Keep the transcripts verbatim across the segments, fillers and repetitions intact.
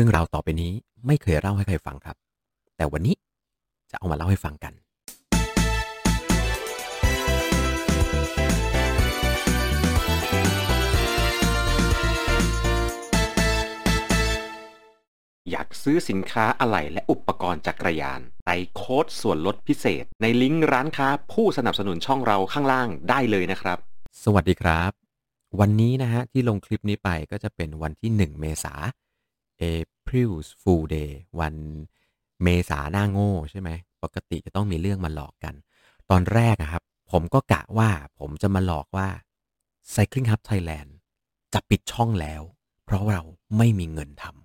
รื่องราวต่อไปนี้ไม่เคยเล่าให้ใครฟังครับแต่วันนี้จะเอามาเล่าให้ฟังกันอยากซื้อสินค้าอะไหล่และอุปกรณ์จักรยานใส่โค้ดส่วนลดพิเศษในลิงก์ร้านค้าผู้สนับสนุนช่องเราข้างล่างได้เลยนะครับสวัสดีครับวันนี้นะฮะที่ลงคลิปนี้ไปก็จะเป็นวันที่หนึ่งเมษา April's Fool Day วันเมษาหน้าโง่ใช่ไหมปกติจะต้องมีเรื่องมาหลอกกันตอนแรกอะครับผมก็กะว่าผมจะมาหลอกว่า Cycling Hub Thailand จะปิดช่องแล้วเพราะเราไม่มีเงินทำ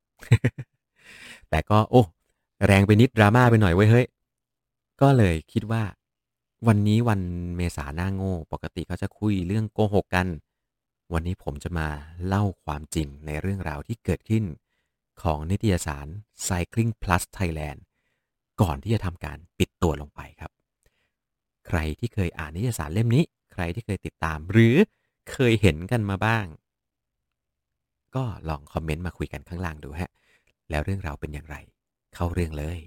แต่ก็โอ้แรงไปนิดดราม่าไปหน่อยเว้ยเฮ้ยก็เลยคิดว่าวันนี้วันเมษาหน้าโง่ปกติเขาจะคุยเรื่องโกหกกันวันนี้ผมจะมาเล่าความจริงในเรื่องราวที่เกิดขึ้นของนิตยสาร Cycling Plus Thailand ก่อนที่จะทำการปิดตัวลงไปครับใครที่เคยอ่านนิตยสารเล่มนี้ใครที่เคยติดตามหรือเคยเห็นกันมาบ้างก็ลองคอมเมนต์มาคุยกันข้างล่างดูฮะแล้วเรื่องราวเป็นอย่างไรเข้าเรื่องเลย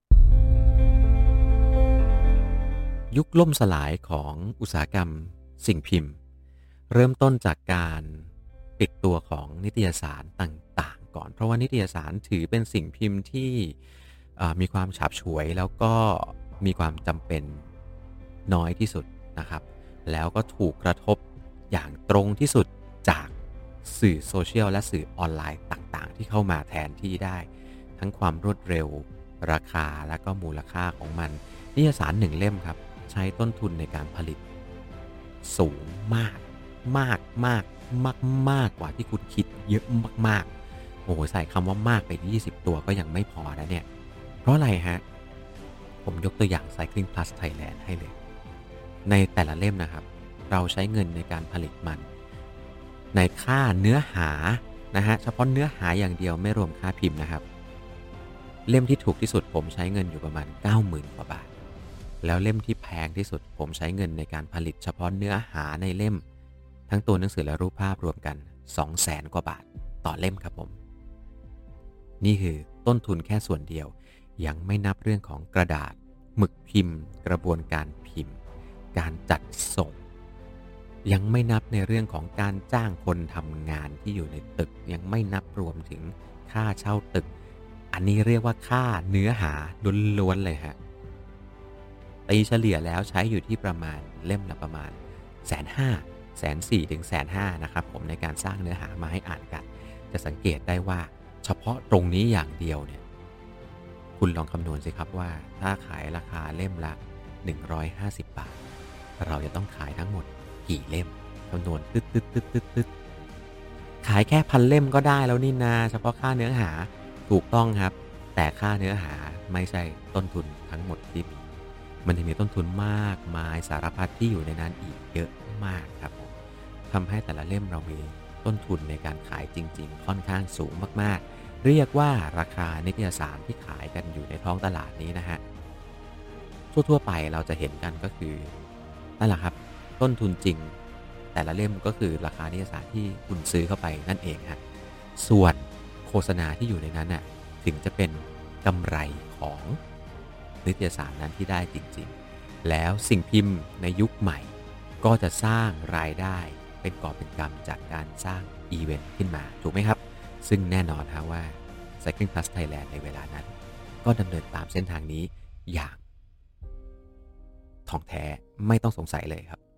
ยุคล่มสลายของอุตสาหกรรมสิ่งพิมพ์เริ่มต้นจากการปิดตัวของนิตยสารต่างๆก่อนเพราะว่านิตยสารถือเป็นสิ่งพิมพ์ที่มีความฉาบฉวยแล้วก็มีความจำเป็นน้อยที่สุดนะครับแล้วก็ถูกกระทบอย่างตรงที่สุดจากสื่อโซเชียลและสื่อออนไลน์ต่างๆที่เข้ามาแทนที่ได้ทั้งความรวดเร็วราคาและก็มูลค่าของมันนิตยสารหนึ่งเล่มครับใช้ต้นทุนในการผลิตสูงมากมากมากมากมากกว่าที่คุณคิดเยอะมากๆโอ้โหใส่คำว่ามากไปยี่สิบตัวก็ยังไม่พอนะเนี่ยเพราะอะไรฮะผมยกตัวอย่าง Cycling Plus Thailand ให้เลยในแต่ละเล่มนะครับเราใช้เงินในการผลิตมันในค่าเนื้อหานะฮะเฉพาะเนื้อหาอย่างเดียวไม่รวมค่าพิมพ์นะครับเล่มที่ถูกที่สุดผมใช้เงินอยู่ประมาณ เก้าหมื่น กว่าบาทแล้วเล่มที่แพงที่สุดผมใช้เงินในการผลิตเฉพาะเนื้อหาในเล่มทั้งตัวหนังสือและรูปภาพรวมกัน สองแสน กว่าบาทต่อเล่มครับผมนี่คือต้นทุนแค่ส่วนเดียวยังไม่นับเรื่องของกระดาษหมึกพิมพ์กระบวนการพิมพ์การจัดส่งยังไม่นับในเรื่องของการจ้างคนทำงานที่อยู่ในตึกยังไม่นับรวมถึงค่าเช่าตึกอันนี้เรียกว่าค่าเนื้อหาล้วนๆเลยฮะตีเฉลี่ยแล้วใช้อยู่ที่ประมาณเล่มละประมาณแสนห้าแสนสี่ถึงแสนห้านะครับผมในการสร้างเนื้อหามาให้อ่านกันจะสังเกตได้ว่าเฉพาะตรงนี้อย่างเดียวเนี่ยคุณลองคำนวณสิครับว่าถ้าขายราคาเล่มละหนึ่งร้อยห้าสิบบาทเราจะต้องขายทั้งหมดกี่เล่มคำนวณตึ๊ดตึ๊ดตึ๊ดตึ๊ดตึ๊ดขายแค่พันเล่มก็ได้แล้วนี่นาเฉพาะค่าเนื้อหาถูกต้องครับแต่ค่าเนื้อหาไม่ใช่ต้นทุนทั้งหมดที่มีมันจะมีต้นทุนมากมายสารพัดที่อยู่ในนั้นอีกเยอะมากครับผมทำให้แต่ละเล่มเรามีต้นทุนในการขายจริงๆค่อนข้างสูงมากๆเรียกว่าราคานิตยสารที่ขายกันอยู่ในท้องตลาดนี้นะฮะทั่วๆไปเราจะเห็นกันก็คือนั่นแหละครับต้นทุนจริงแต่ละเล่มก็คือราคานิตยสารที่คุณซื้อเข้าไปนั่นเองฮะส่วนโฆษณาที่อยู่ในนั้นน่ะถึงจะเป็นกำไรของนิตยสารนั้นที่ได้จริงๆแล้วสิ่งพิมพ์ในยุคใหม่ก็จะสร้างรายได้เป็นกอบเป็นกำจากการสร้างอีเวนต์ขึ้นมาถูกไหมครับซึ่งแน่นอนฮะว่า Cycling Plus Thailand ในเวลานั้นก็ดำเนินตามเส้นทางนี้อย่างท่องแท้ไม่ต้องสงสัยเลยครับ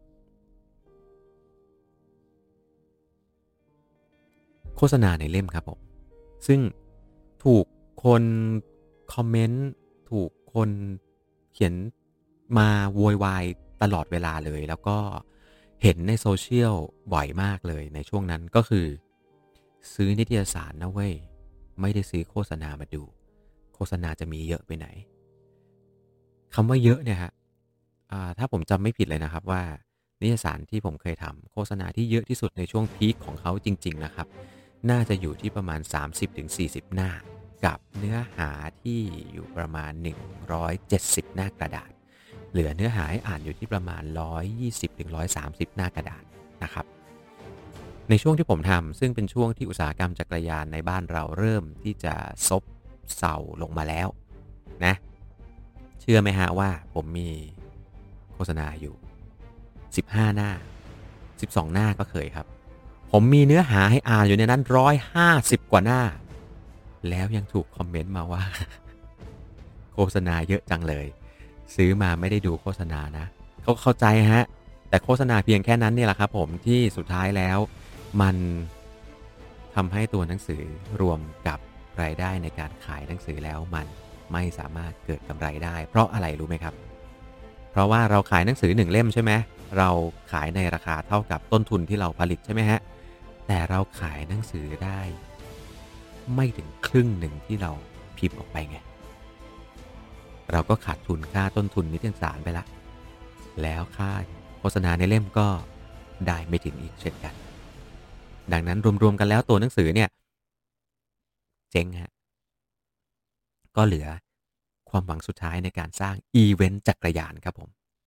โฆษณาในเล่มครับผมซึ่งถูกคนคอมเมนต์ถูกคนเขียนมาโวยวายตลอดเวลาเลยแล้วก็เห็นในโซเชียลบ่อยมากเลยในช่วงนั้นก็คือซื้อนิตยสารนะเว้ยไม่ได้ซื้อโฆษณามาดูโฆษณาจะมีเยอะไปไหนคำว่าเยอะเนี่ยฮะถ้าผมจำไม่ผิดเลยนะครับว่านิตยสารที่ผมเคยทำโฆษณาที่เยอะที่สุดในช่วงพีคของเขาจริงๆนะครับน่าจะอยู่ที่ประมาณ สามสิบถึงสี่สิบ หน้ากับเนื้อหาที่อยู่ประมาณหนึ่งร้อยเจ็ดสิบหน้ากระดาษเหลือเนื้อหาให้อ่านอยู่ที่ประมาณหนึ่งร้อยยี่สิบถึงหนึ่งร้อยสามสิบหน้ากระดาษนะครับในช่วงที่ผมทำซึ่งเป็นช่วงที่อุตสาหกรรมจักรยานในบ้านเราเริ่มที่จะซบเซาลงมาแล้วนะเชื่อไหมฮะว่าผมมีโฆษณาอยู่สิบห้าหน้าสิบสองหน้าก็เคยครับผมมีเนื้อหาให้อ่านอยู่ในนั้นหนึ่งร้อยห้าสิบกว่าหน้าแล้วยังถูกคอมเมนต์มาว่าโฆษณาเยอะจังเลยซื้อมาไม่ได้ดูโฆษณานะเขาเข้าใจฮะแต่โฆษณาเพียงแค่นั้นเนี่ยแหละครับผมที่สุดท้ายแล้วมันทำให้ตัวหนังสือรวมกับรายได้ในการขายหนังสือแล้วมันไม่สามารถเกิดกำไรได้เพราะอะไรรู้ไหมครับเพราะว่าเราขายหนังสือหนึ่งเล่มใช่ไหมเราขายในราคาเท่ากับต้นทุนที่เราผลิตใช่ไหมฮะแต่เราขายหนังสือได้ไม่ถึงครึ่งหนึ่งที่เราพิมพ์ออกไปไงเราก็ขาดทุนค่าต้นทุนนิตยสารไปละแล้วค่าโฆษณาในเล่มก็ได้ไม่ถึงอีกเช่นกันดังนั้นรวมๆกันแล้วตัวหนังสือเนี่ยเจ๊งฮะก็เหลือความหวังสุดท้ายในการสร้างอีเวนต์จักรยานครับผม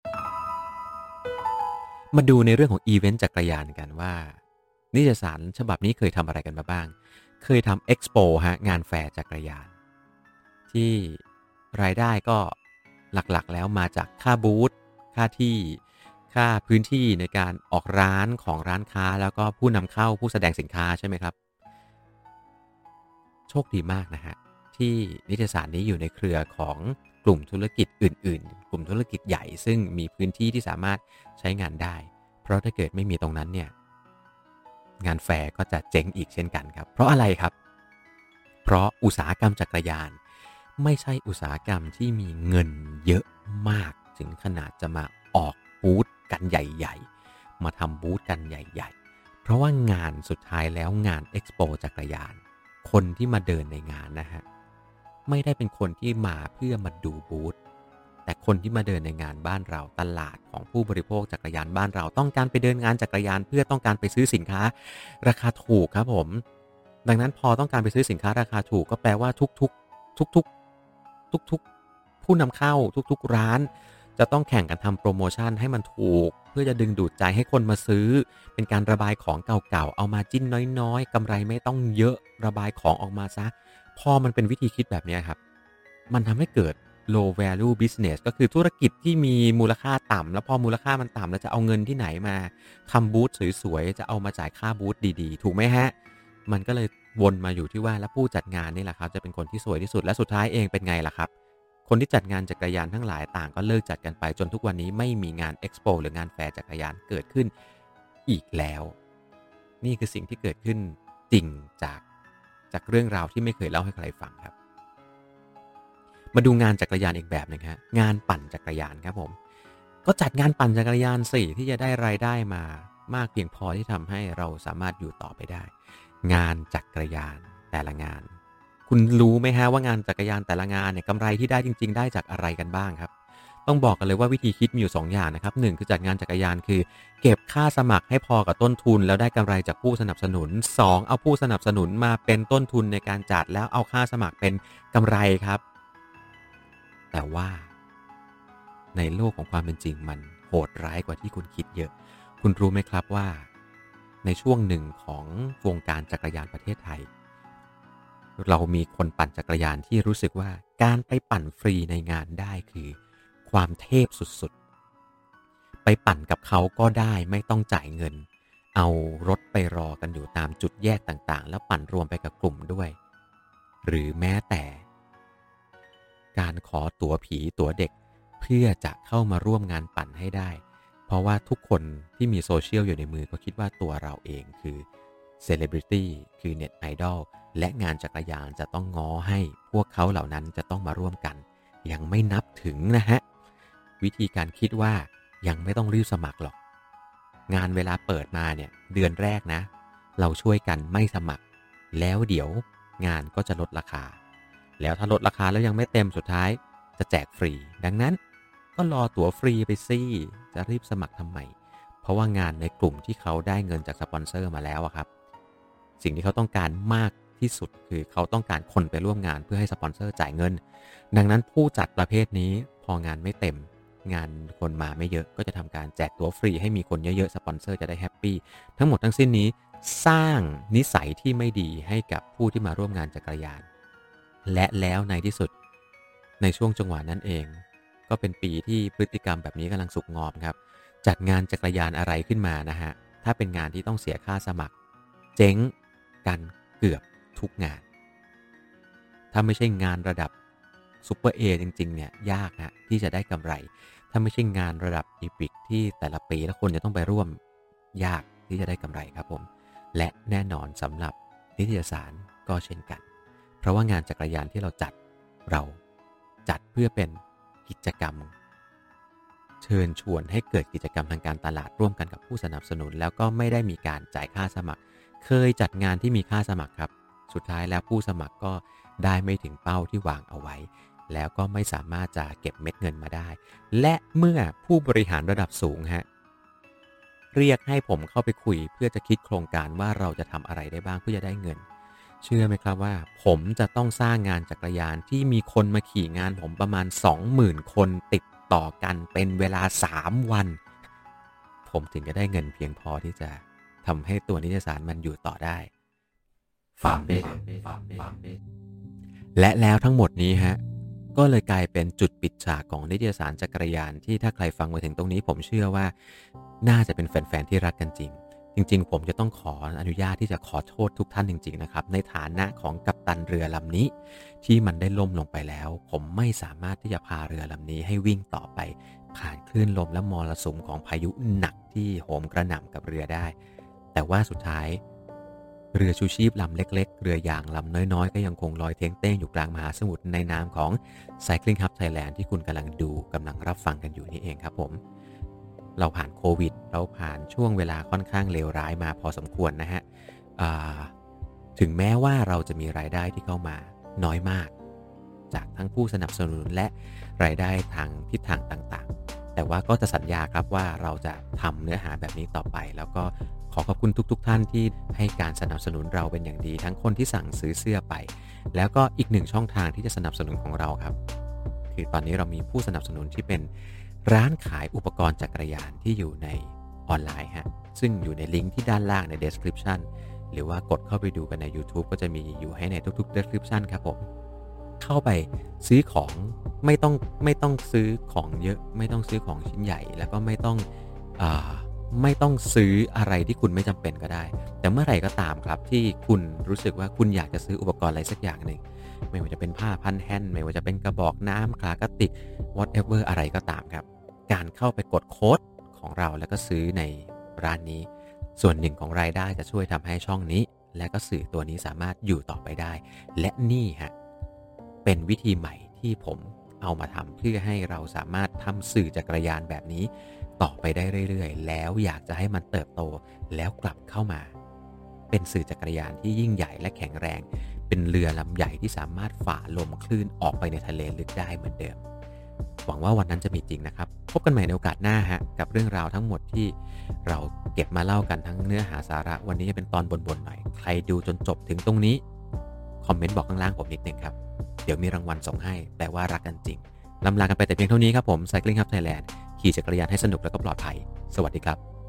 มาดูในเรื่องของอีเวนต์จักรยานกันว่านิตยสารฉบับนี้เคยทำอะไรกันมาบ้างเคยทำเอ็กซ์โปฮะงานแฟร์จักรยานที่รายได้ก็หลักๆแล้วมาจากค่าบูธค่าที่ค่าพื้นที่ในการออกร้านของร้านค้าแล้วก็ผู้นำเข้าผู้แสดงสินค้าใช่ไหมครับโชคดีมากนะฮะที่นิตยสารนี้อยู่ในเครือของกลุ่มธุรกิจอื่นๆกลุ่มธุรกิจใหญ่ซึ่งมีพื้นที่ที่สามารถใช้งานได้เพราะถ้าเกิดไม่มีตรงนั้นเนี่ยงานแฟร์ก็จะเจ๊งอีกเช่นกันครับเพราะอะไรครับเพราะอุตสาหกรรมจักรยานไม่ใช่อุตสาหกรรมที่มีเงินเยอะมากถึงขนาดจะมาออกบูธกันใหญ่ๆมาทำบูธกันใหญ่ๆเพราะว่างานสุดท้ายแล้วงานเอ็กซ์โปจักรยานคนที่มาเดินในงานนะฮะไม่ได้เป็นคนที่มาเพื่อมาดูบูธแต่คนที่มาเดินในงานบ้านเราตลาดของผู้บริโภคจักรยานบ้านเราต้องการไปเดินงานจักรยานเพื่อต้องการไปซื้อสินค้าราคาถูกครับผมดังนั้นพอต้องการไปซื้อสินค้าราคาถูกก็แปลว่าทุกๆทุกๆทุกๆผู้นำเข้าทุกๆร้านจะต้องแข่งกันทำโปรโมชั่นให้มันถูกเพื่อจะดึงดูดใจให้คนมาซื้อเป็นการระบายของเก่าๆเอามาจิ้นน้อยๆกำไรไม่ต้องเยอะระบายของออกมาซะพอมันเป็นวิธีคิดแบบนี้ครับมันทำให้เกิด low value business ก็คือธุรกิจที่มีมูลค่าต่ำแล้วพอมูลค่ามันต่ำแล้วจะเอาเงินที่ไหนมาทำบูธสวยๆจะเอามาจ่ายค่าบูธดีๆถูกไหมฮะมันก็เลยวนมาอยู่ที่ว่าแล้วผู้จัดงานนี่แหละครับจะเป็นคนที่สวยที่สุดและสุดท้ายเองเป็นไงล่ะครับคนที่จัดงานจักรยานทั้งหลายต่างก็เลิกจัดกันไปจนทุกวันนี้ไม่มีงานเอ็กซ์โปหรืองานแฟร์จักรยานเกิดขึ้นอีกแล้วนี่คือสิ่งที่เกิดขึ้นจริงจากจากเรื่องราวที่ไม่เคยเล่าให้ใครฟังครับมาดูงานจักรยานอีกแบบนึงฮะงานปั่นจักรยานครับผมก็จัดงานปั่นจักรยานสิที่จะได้รายได้มามากเพียงพอที่ทำให้เราสามารถอยู่ต่อไปได้งานจักรยานแต่ละงานคุณรู้ไหมฮะว่างานจักรยานแต่ละงานเนี่ยกำไรที่ได้จริงๆได้จากอะไรกันบ้างครับต้องบอกกันเลยว่าวิธีคิดมีอยู่สองอย่างนะครับหนึ่งคือจัดงานจักรยานคือเก็บค่าสมัครให้พอกับต้นทุนแล้วได้กำไรจากผู้สนับสนุนสองเอาผู้สนับสนุนมาเป็นต้นทุนในการจัดแล้วเอาค่าสมัครเป็นกำไรครับแต่ว่าในโลกของความเป็นจริงมันโหดร้ายกว่าที่คุณคิดเยอะคุณรู้ไหมครับว่าในช่วงหนึ่งของวงการจักรยานประเทศไทยเรามีคนปั่นจักรยานที่รู้สึกว่าการไปปั่นฟรีในงานได้คือความเทพสุดๆไปปั่นกับเขาก็ได้ไม่ต้องจ่ายเงินเอารถไปรอกันอยู่ตามจุดแยกต่างๆแล้วปั่นรวมไปกับกลุ่มด้วยหรือแม้แต่การขอตั๋วผีตั๋วเด็กเพื่อจะเข้ามาร่วมงานปั่นให้ได้เพราะว่าทุกคนที่มีโซเชียลอยู่ในมือก็คิดว่าตัวเราเองคือเซเลบริตี้คือเน็ตไอดอลและงานจักรยานจะต้องง้อให้พวกเขาเหล่านั้นจะต้องมาร่วมกันยังไม่นับถึงนะฮะวิธีการคิดว่ายังไม่ต้องรีบสมัครหรอกงานเวลาเปิดมาเนี่ยเดือนแรกนะเราช่วยกันไม่สมัครแล้วเดี๋ยวงานก็จะลดราคาแล้วถ้าลดราคาแล้วยังไม่เต็มสุดท้ายจะแจกฟรีดังนั้นก็รอตั๋วฟรีไปสิจะรีบสมัครทำไมเพราะว่างานในกลุ่มที่เขาได้เงินจากสปอนเซอร์มาแล้วอะครับสิ่งที่เขาต้องการมากที่สุดคือเขาต้องการคนไปร่วมงานเพื่อให้สปอนเซอร์จ่ายเงินดังนั้นผู้จัดประเภทนี้พองานไม่เต็มงานคนมาไม่เยอะก็จะทำการแจกตั๋วฟรีให้มีคนเยอะๆสปอนเซอร์จะได้แฮปปี้ทั้งหมดทั้งสิ้นนี้สร้างนิสัยที่ไม่ดีให้กับผู้ที่มาร่วมงานจักรยานและแล้วในที่สุดในช่วงจังหวะนั้นเองก็เป็นปีที่พฤติกรรมแบบนี้กำลังสุกงอมครับจัดงานจักรยานอะไรขึ้นมานะฮะถ้าเป็นงานที่ต้องเสียค่าสมัครเจ๊งกันเกือบทุกงานถ้าไม่ใช่งานระดับซุปเปอร์เอจริงๆเนี่ยยากนะที่จะได้กำไรถ้าไม่ใช่งานระดับอีพิกที่แต่ละปีแล้วคนจะต้องไปร่วมยากที่จะได้กำไรครับผมและแน่นอนสำหรับนิตยสารก็เช่นกันเพราะว่างานจักรยานที่เราจัดเราจัดเพื่อเป็นกิจกรรมเชิญชวนให้เกิดกิจกรรมทางการตลาดร่วมกันกับผู้สนับสนุนแล้วก็ไม่ได้มีการจ่ายค่าสมัครเคยจัดงานที่มีค่าสมัครครับสุดท้ายแล้วผู้สมัครก็ได้ไม่ถึงเป้าที่วางเอาไว้แล้วก็ไม่สามารถจะเก็บเม็ดเงินมาได้และเมื่อผู้บริหารระดับสูงฮะเรียกให้ผมเข้าไปคุยเพื่อจะคิดโครงการว่าเราจะทำอะไรได้บ้างเพื่อจะได้เงินเชื่อไหมครับว่าผมจะต้องสร้างงานจักรยานที่มีคนมาขี่งานผมประมาณ สองหมื่น คนติดต่อกันเป็นเวลาสามวันผมถึงจะได้เงินเพียงพอที่จะทำให้ตัวนิตยสารมันอยู่ต่อได้ฟาร์มเบสและแล้วทั้งหมดนี้ฮะก็เลยกลายเป็นจุดปิดฉากของนิตยสารจักรยานที่ถ้าใครฟังมาถึงตรงนี้ผมเชื่อว่าน่าจะเป็นแฟนๆที่รักกันจริงจริงๆผมจะต้องขออนุญาตที่จะขอโทษทุกท่านจริงๆนะครับในฐานะของกัปตันเรือลำนี้ที่มันได้ล่มลงไปแล้วผมไม่สามารถที่จะพาเรือลำนี้ให้วิ่งต่อไปผ่านคลื่นลมและมรสุมของพายุหนักที่โหมกระหน่ำกับเรือได้แต่ว่าสุดท้ายเรือชูชีพลำเล็กๆเรือยางลำน้อยๆก็ยังคงลอยเท้งเต้งอยู่กลางมหาสมุทรในนามของ Cycling Hub Thailand ที่คุณกำลังดูกำลังรับฟังกันอยู่นี่เองครับผมเราผ่านโควิดเราผ่านช่วงเวลาค่อนข้างเลวร้ายมาพอสมควรนะฮะถึงแม้ว่าเราจะมีรายได้ที่เข้ามาน้อยมากจากทั้งผู้สนับสนุนและรายได้ทางทิศทางต่างๆแต่ว่าก็จะสัญญาครับว่าเราจะทำเนื้อหาแบบนี้ต่อไปแล้วก็ขอขอบคุณทุกๆท่านที่ให้การสนับสนุนเราเป็นอย่างดีทั้งคนที่สั่งซื้อเสื้อไปแล้วก็อีกหนึ่งช่องทางที่จะสนับสนุนของเราครับคือตอนนี้เรามีผู้สนับสนุนที่เป็นร้านขายอุปกรณ์จักรยานที่อยู่ในออนไลน์ฮะซึ่งอยู่ในลิงก์ที่ด้านล่างใน description หรือว่ากดเข้าไปดูกันใน YouTube ก็จะมีอยู่ให้ในทุกๆ description ครับผมเข้าไปซื้อของไม่ต้องไม่ต้องซื้อของเยอะไม่ต้องซื้อของชิ้นใหญ่แล้วก็ไม่ต้องอ่าไม่ต้องซื้ออะไรที่คุณไม่จำเป็นก็ได้แต่เมื่อไหร่ก็ตามครับที่คุณรู้สึกว่าคุณอยากจะซื้ออุปกรณ์อะไรสักอย่างหนึ่งไม่ว่าจะเป็นผ้าพันแฮนด์ไม่ว่าจะเป็นกระบอกน้ำขากระติก whatever อะไรก็ตามครับการเข้าไปกดโค้ดของเราแล้วก็ซื้อในร้านนี้ส่วนหนึ่งของรายได้จะช่วยทำให้ช่องนี้และก็สื่อตัวนี้สามารถอยู่ต่อไปได้และนี่ฮะเป็นวิธีใหม่ที่ผมเอามาทำเพื่อให้เราสามารถทำสื่อจักรยานแบบนี้ต่อไปได้เรื่อยๆแล้วอยากจะให้มันเติบโตแล้วกลับเข้ามาเป็นสื่อจักรยานที่ยิ่งใหญ่และแข็งแรงเป็นเรือลำใหญ่ที่สามารถฝ่าลมคลื่นออกไปในทะเลลึกได้เหมือนเดิมหวังว่าวันนั้นจะมีจริงนะครับพบกันใหม่ในโอกาสหน้าฮะกับเรื่องราวทั้งหมดที่เราเก็บมาเล่ากันทั้งเนื้อหาสาระวันนี้จะเป็นตอนบนๆหน่อยใครดูจนจบถึงตรงนี้คอมเมนต์บอกข้างล่างผมนิดนึงครับเดี๋ยวมีรางวัลส่งให้แต่ว่ารักกันจริงลำลากันไปแต่เพียงเท่านี้ครับผม Cycling Hub Thailand ขี่จักรยานให้สนุกและก็ปลอดภัยสวัสดีครับ